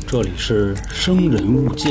这里是生人勿近。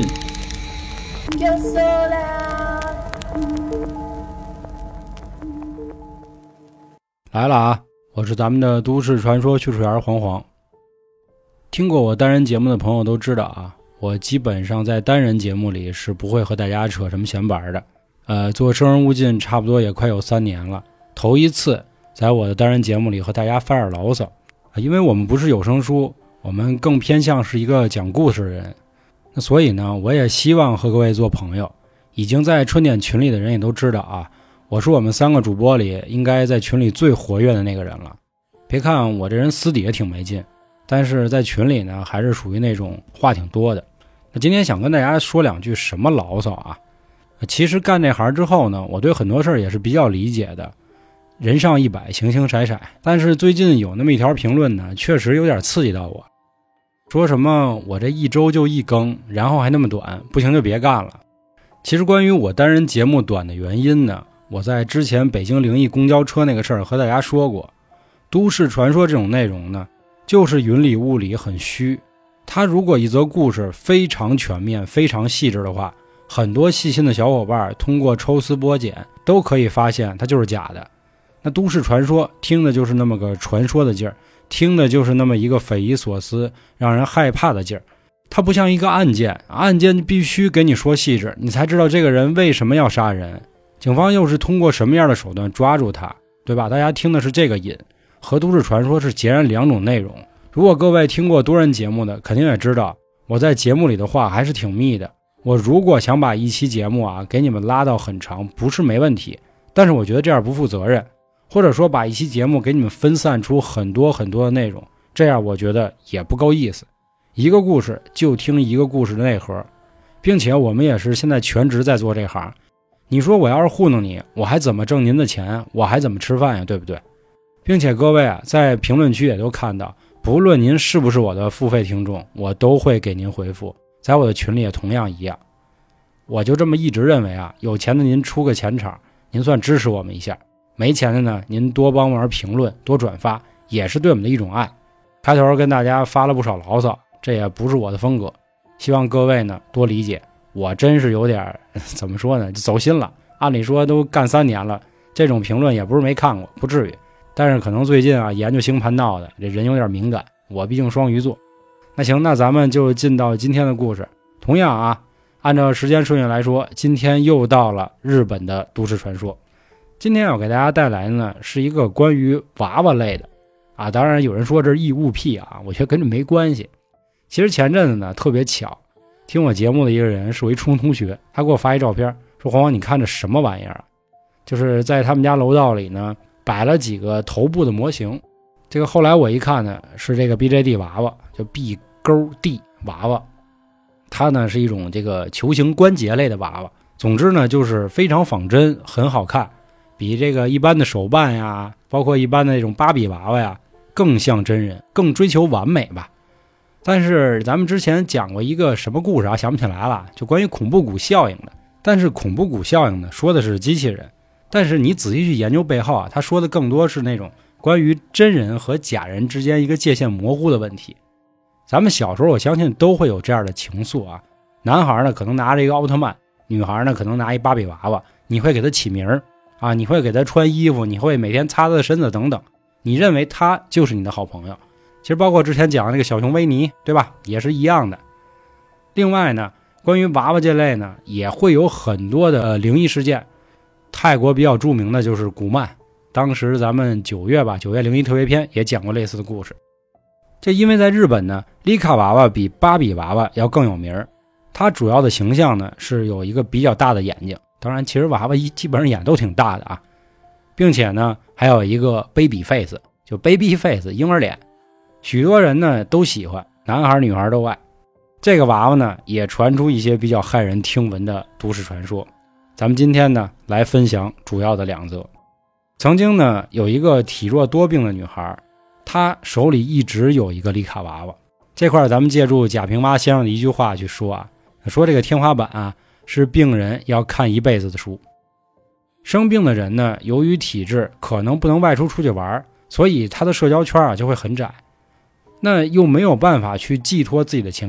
来了啊，我是咱们的都市传说叙述员黄黄。听过我单人节目的朋友都知道啊，我基本上在单人节目里是不会和大家扯什么闲白的。做生人勿近差不多也快有3年了，头一次在我的单人节目里和大家发点牢骚，因为我们不是有声书，我们更偏向是一个讲故事的人。那所以呢，我也希望和各位做朋友。已经在春点群里的人也都知道啊，我是我们3个主播里应该在群里最活跃的那个人了。别看我这人私底下挺没劲，但是在群里呢还是属于那种话挺多的。那今天想跟大家说2句什么牢骚啊。其实干这行之后呢，我对很多事儿也是比较理解的，人上100，形形色色。但是最近有那么一条评论呢，确实有点刺激到我，说什么我这1周就1更，然后还那么短，不行就别干了。其实关于我单人节目短的原因呢，我在之前北京灵异公交车那个事儿和大家说过。都市传说这种内容呢，就是云里雾里，很虚。它如果一则故事非常全面非常细致的话，很多细心的小伙伴通过抽丝剥茧都可以发现它就是假的。那都市传说听的就是那么个传说的劲儿，听的就是那么一个匪夷所思让人害怕的劲儿。它不像一个案件必须给你说细致，你才知道这个人为什么要杀人，警方又是通过什么样的手段抓住他，对吧？大家听的是这个瘾，和都市传说是截然2种内容。如果各位听过多人节目的，肯定也知道我在节目里的话还是挺密的。我如果想把一期节目给你们拉到很长，不是没问题，但是我觉得这样不负责任，或者说把一期节目给你们分散出很多很多的内容，这样我觉得也不够意思。一个故事就听一个故事的内核，并且我们也是现在全职在做这行。你说我要是糊弄你，我还怎么挣您的钱，我还怎么吃饭呀，对不对？并且各位在评论区也都看到，不论您是不是我的付费听众，我都会给您回复，在我的群里也同样一样。我就这么一直认为有钱的您出个钱场，您算支持我们一下；没钱的呢，您多帮忙评论多转发，也是对我们的一种爱。开头跟大家发了不少牢骚，这也不是我的风格，希望各位呢多理解。我真是有点怎么说呢，走心了。按理说都干3年了，这种评论也不是没看过，不至于。但是可能最近研究星盘闹的，这人有点敏感，我毕竟双鱼座。那行，那咱们就进到今天的故事。同样按照时间顺序来说，今天又到了日本的都市传说。今天要给大家带来的呢，是一个关于娃娃类的当然有人说这是异物癖我觉得跟这没关系。其实前阵子呢特别巧，听我节目的一个人是我一初中同学，他给我发一照片，说黄黄你看这什么玩意儿就是在他们家楼道里呢摆了几个头部的模型。这个后来我一看呢，是这个 BJD 娃娃，就 B 勾 D 娃娃。它呢是一种这个球形关节类的娃娃，总之呢就是非常仿真，很好看，比这个一般的手办呀，包括一般的那种芭比娃娃呀，更像真人，更追求完美吧。但是咱们之前讲过一个什么故事想不起来了，就关于恐怖谷效应的。但是恐怖谷效应呢，说的是机器人，但是你仔细去研究背后他说的更多是那种关于真人和假人之间一个界限模糊的问题。咱们小时候我相信都会有这样的情愫男孩呢可能拿着一个奥特曼，女孩呢可能拿一芭比娃娃，你会给他起名你会给他穿衣服，你会每天擦他的身子等等，你认为他就是你的好朋友。其实包括之前讲的那个小熊维尼，对吧，也是一样的。另外呢，关于娃娃这类呢也会有很多的灵异事件。泰国比较著名的就是古曼，当时咱们9月灵异特别篇也讲过类似的故事。这因为在日本呢，丽卡娃娃比芭比娃娃要更有名。它主要的形象呢是有一个比较大的眼睛，当然其实娃娃基本上眼都挺大的并且呢还有一个 baby face， 就 baby face 婴儿脸，许多人呢都喜欢，男孩女孩都爱。这个娃娃呢也传出一些比较骇人听闻的都市传说。咱们今天呢来分享主要的2则。曾经呢有一个体弱多病的女孩，她手里一直有一个丽卡娃娃。这块咱们借助贾平凹先生的一句话去说说这个天花板是病人要看一辈子的书。生病的人呢由于体质可能不能外出去玩，所以他的社交圈就会很窄，那又没有办法去寄托自己的情感，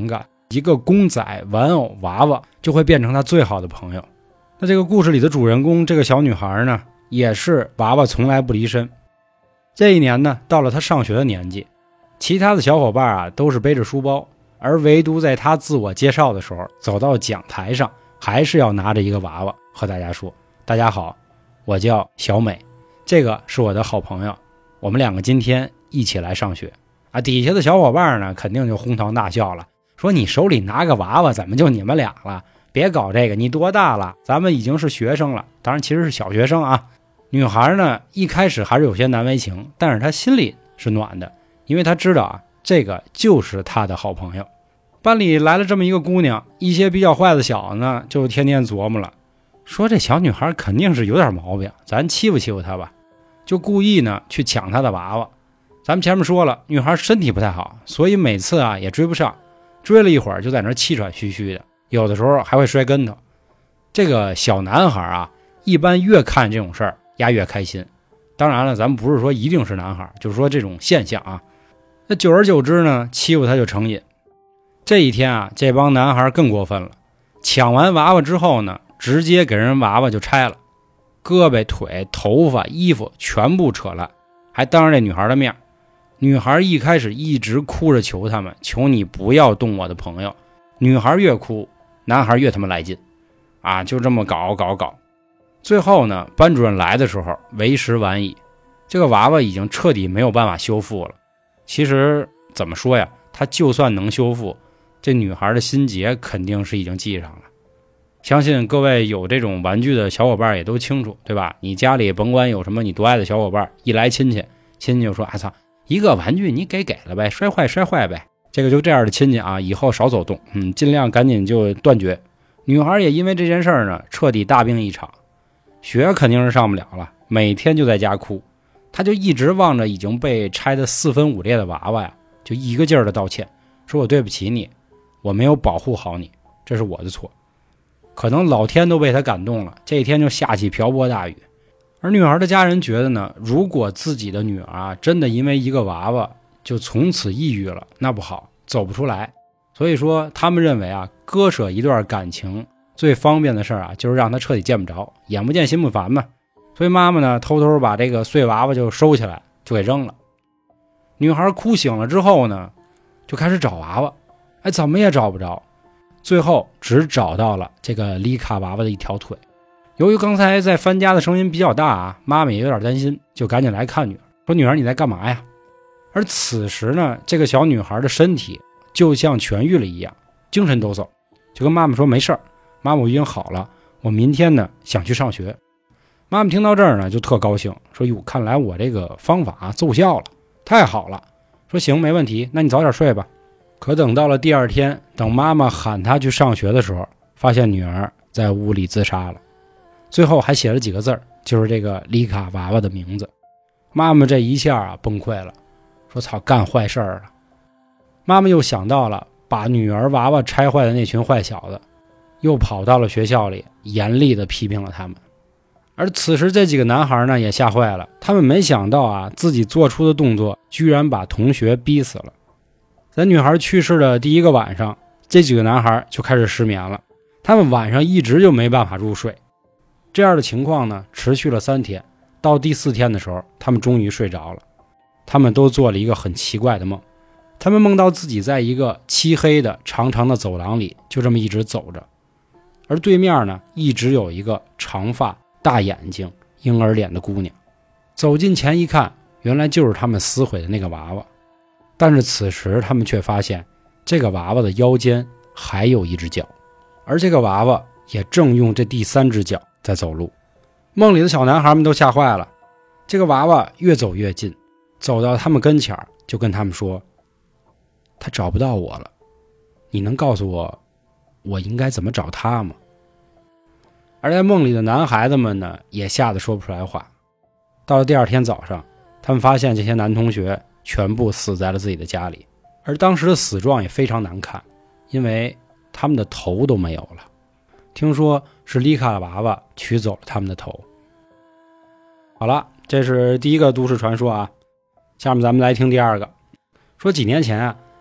一个公仔、玩偶、娃娃就会变成他最好的朋友。那这个故事里的主人公这个小女孩呢，也是娃娃从来不离身。这一年呢，到了她上学的年纪，其他的小伙伴啊都是背着书包，而唯独在她自我介绍的时候，走到讲台上，还是要拿着一个娃娃和大家说：“大家好，我叫小美，这个是我的好朋友，我们两个今天一起来上学。”啊，底下的小伙伴呢，肯定就哄堂大笑了，说：“你手里拿个娃娃，怎么就你们俩了？别搞这个，你多大了？咱们已经是学生了，当然其实是小学生啊。”女孩呢，一开始还是有些难为情，但是她心里是暖的，因为她知道啊，这个就是她的好朋友。班里来了这么一个姑娘，一些比较坏的小子呢，就天天琢磨了，说这小女孩肯定是有点毛病，咱欺负欺负她吧，就故意呢去抢她的娃娃。咱们前面说了，女孩身体不太好，所以每次啊也追不上，追了一会儿就在那气喘吁吁的，有的时候还会摔跟头。这个小男孩啊，一般越看这种事儿越开心。当然了，咱们不是说一定是男孩，就是说这种现象啊。那久而久之呢，欺负他就成瘾。这一天啊，这帮男孩更过分了，抢完娃娃之后呢，直接给人娃娃就拆了，胳膊、腿、头发、衣服全部扯烂，还当着这女孩的面。女孩一开始一直哭着求他们，求你不要动我的朋友。女孩越哭，男孩越他妈来劲啊，就这么搞。最后呢，班主任来的时候为时晚矣，这个娃娃已经彻底没有办法修复了。其实怎么说呀，他就算能修复，这女孩的心结肯定是已经系上了。相信各位有这种玩具的小伙伴也都清楚，对吧？你家里甭管有什么你多爱的小伙伴，一来亲戚就说：“啊操，一个玩具你给了呗，摔坏呗。”这个就这样的亲戚啊，以后少走动，尽量赶紧就断绝。女孩也因为这件事呢，彻底大病一场。学肯定是上不了了，每天就在家哭。他就一直望着已经被拆得四分五裂的娃娃呀，就一个劲儿的道歉，说我对不起你，我没有保护好你，这是我的错。可能老天都被他感动了，这一天就下起瓢泼大雨。而女孩的家人觉得呢，如果自己的女儿啊真的因为一个娃娃就从此抑郁了，那不好，走不出来。所以说他们认为啊，割舍一段感情最方便的事啊，就是让他彻底见不着，眼不见心不烦嘛。所以妈妈呢，偷偷把这个碎娃娃就收起来，就给扔了。女孩哭醒了之后呢，就开始找娃娃，怎么也找不着，最后只找到了这个丽卡娃娃的一条腿。由于刚才在翻家的声音比较大啊，妈妈也有点担心，就赶紧来看女儿，说：“女儿你在干嘛呀？”而此时呢，这个小女孩的身体就像痊愈了一样，精神抖擞，就跟妈妈说：“没事儿，妈妈我已经好了，我明天呢想去上学。”妈妈听到这儿呢就特高兴，说：“哟，看来我这个方法奏效了，太好了。”说：“行，没问题，那你早点睡吧。”可等到了第二天，等妈妈喊她去上学的时候，发现女儿在屋里自杀了，最后还写了几个字儿，就是这个丽卡娃娃的名字。妈妈这一下啊崩溃了，说：“操，干坏事儿了。”妈妈又想到了把女儿娃娃拆坏的那群坏小子，又跑到了学校里，严厉地批评了他们。而此时这几个男孩呢也吓坏了，他们没想到啊，自己做出的动作居然把同学逼死了。在女孩去世的第一个晚上，这几个男孩就开始失眠了，他们晚上一直就没办法入睡。这样的情况呢持续了3天，到第4天的时候，他们终于睡着了。他们都做了一个很奇怪的梦，他们梦到自己在一个漆黑的长长的走廊里，就这么一直走着，而对面呢一直有一个长发大眼睛婴儿脸的姑娘。走近前一看，原来就是他们撕毁的那个娃娃。但是此时他们却发现，这个娃娃的腰间还有一只脚，而这个娃娃也正用这第3只脚在走路。梦里的小男孩们都吓坏了，这个娃娃越走越近，走到他们跟前就跟他们说：“他找不到我了，你能告诉我，我应该怎么找他吗？”而在梦里的男孩子们呢，也吓得说不出来话。到了第2天早上，他们发现这些男同学全部死在了自己的家里，而当时的死状也非常难看，因为他们的头都没有了。听说是丽卡娃娃取走了他们的头。好了，这是第一个都市传说啊，下面咱们来听第二个。说几年前啊，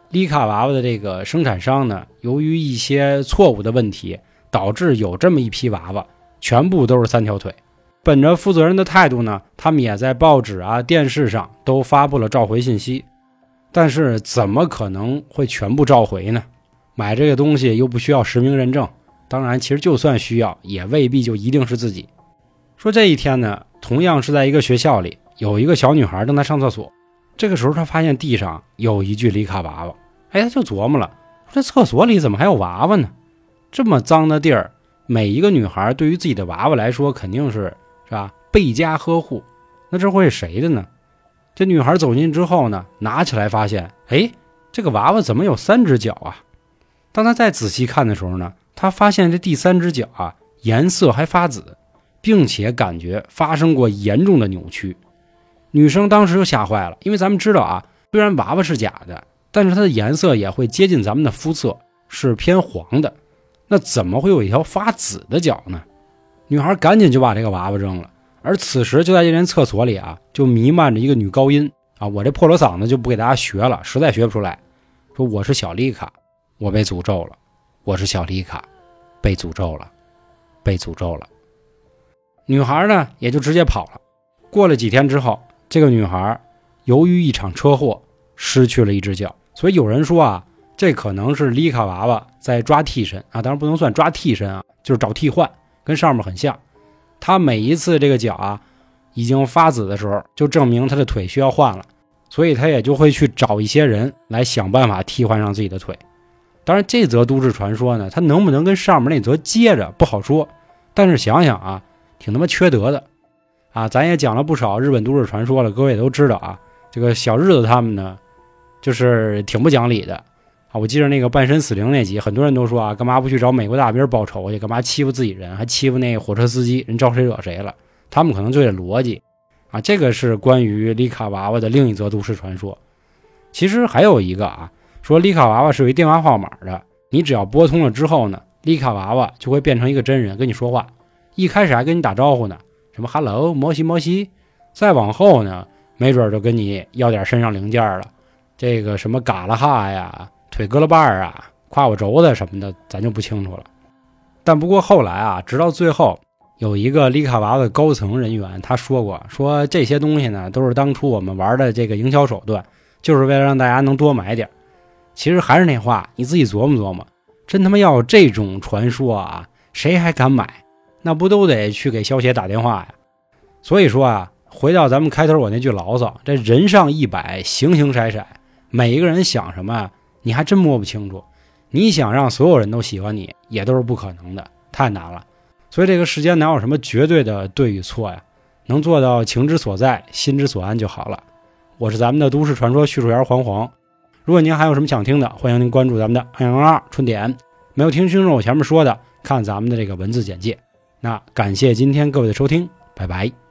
丽卡娃娃的这个生产商呢，由于一些错误的问题，导致有这么一批娃娃全部都是3条腿。本着负责任的态度呢，他们也在报纸啊、电视上都发布了召回信息。但是怎么可能会全部召回呢？买这个东西又不需要实名认证，当然其实就算需要，也未必就一定是自己。说这一天呢，同样是在一个学校里，有一个小女孩正在上厕所。这个时候她发现地上有一具丽卡娃娃，她就琢磨了，说这厕所里怎么还有娃娃呢？这么脏的地儿，每一个女孩对于自己的娃娃来说肯定是吧倍加呵护，那这会是谁的呢？这女孩走进之后呢，拿起来发现，这个娃娃怎么有3只脚啊？当她再仔细看的时候呢，她发现这第3只脚啊颜色还发紫，并且感觉发生过严重的扭曲。女生当时就吓坏了，因为咱们知道啊，虽然娃娃是假的，但是它的颜色也会接近咱们的肤色，是偏黄的，那怎么会有一条发紫的脚呢？女孩赶紧就把这个娃娃扔了。而此时就在这间厕所里啊，就弥漫着一个女高音啊，我这破锣嗓子就不给大家学了，实在学不出来。说我是小丽卡，我被诅咒了，我是小丽卡，被诅咒了，被诅咒了。女孩呢也就直接跑了。过了几天之后，这个女孩由于一场车祸失去了一只脚，所以有人说啊，这可能是丽卡娃娃在抓替身啊，当然不能算抓替身啊，就是找替换，跟上面很像。他每一次这个脚啊已经发紫的时候，就证明他的腿需要换了，所以他也就会去找一些人来想办法替换上自己的腿。当然这则都市传说呢，它能不能跟上面那则接着不好说，但是想想啊，挺他妈缺德的啊！咱也讲了不少日本都市传说了，各位也都知道啊，这个小日子他们呢就是挺不讲理的啊！我记得那个半身死灵那集，很多人都说啊，干嘛不去找美国大兵报仇去？干嘛欺负自己人，还欺负那个火车司机？人招谁惹谁了？他们可能就这逻辑啊。这个是关于丽卡娃娃的另一则都市传说。其实还有一个啊，说丽卡娃娃是有一电话号码的，你只要拨通了之后呢，丽卡娃娃就会变成一个真人跟你说话，一开始还跟你打招呼呢，什么 Hello 摩西摩西，再往后呢，没准就跟你要点身上零件了，这个什么嘎啦哈呀，腿胳膊瓣啊，胯骨轴子什么的，咱就不清楚了。但不过后来啊，直到最后，有一个丽卡娃娃的高层人员他说过，说这些东西呢都是当初我们玩的这个营销手段，就是为了让大家能多买点。其实还是那话，你自己琢磨琢磨，真他妈要有这种传说啊，谁还敢买？那不都得去给消协打电话呀？所以说啊，回到咱们开头我那句牢骚，这人上100，形形色色，每一个人想什么啊，你还真摸不清楚。你想让所有人都喜欢你，也都是不可能的，太难了。所以这个世间哪有什么绝对的对与错呀？能做到情之所在，心之所安就好了。我是咱们的都市传说叙述员黄黄。如果您还有什么想听的，欢迎您关注咱们的202春点。没有听清楚我前面说的，看咱们的这个文字简介。那感谢今天各位的收听，拜拜。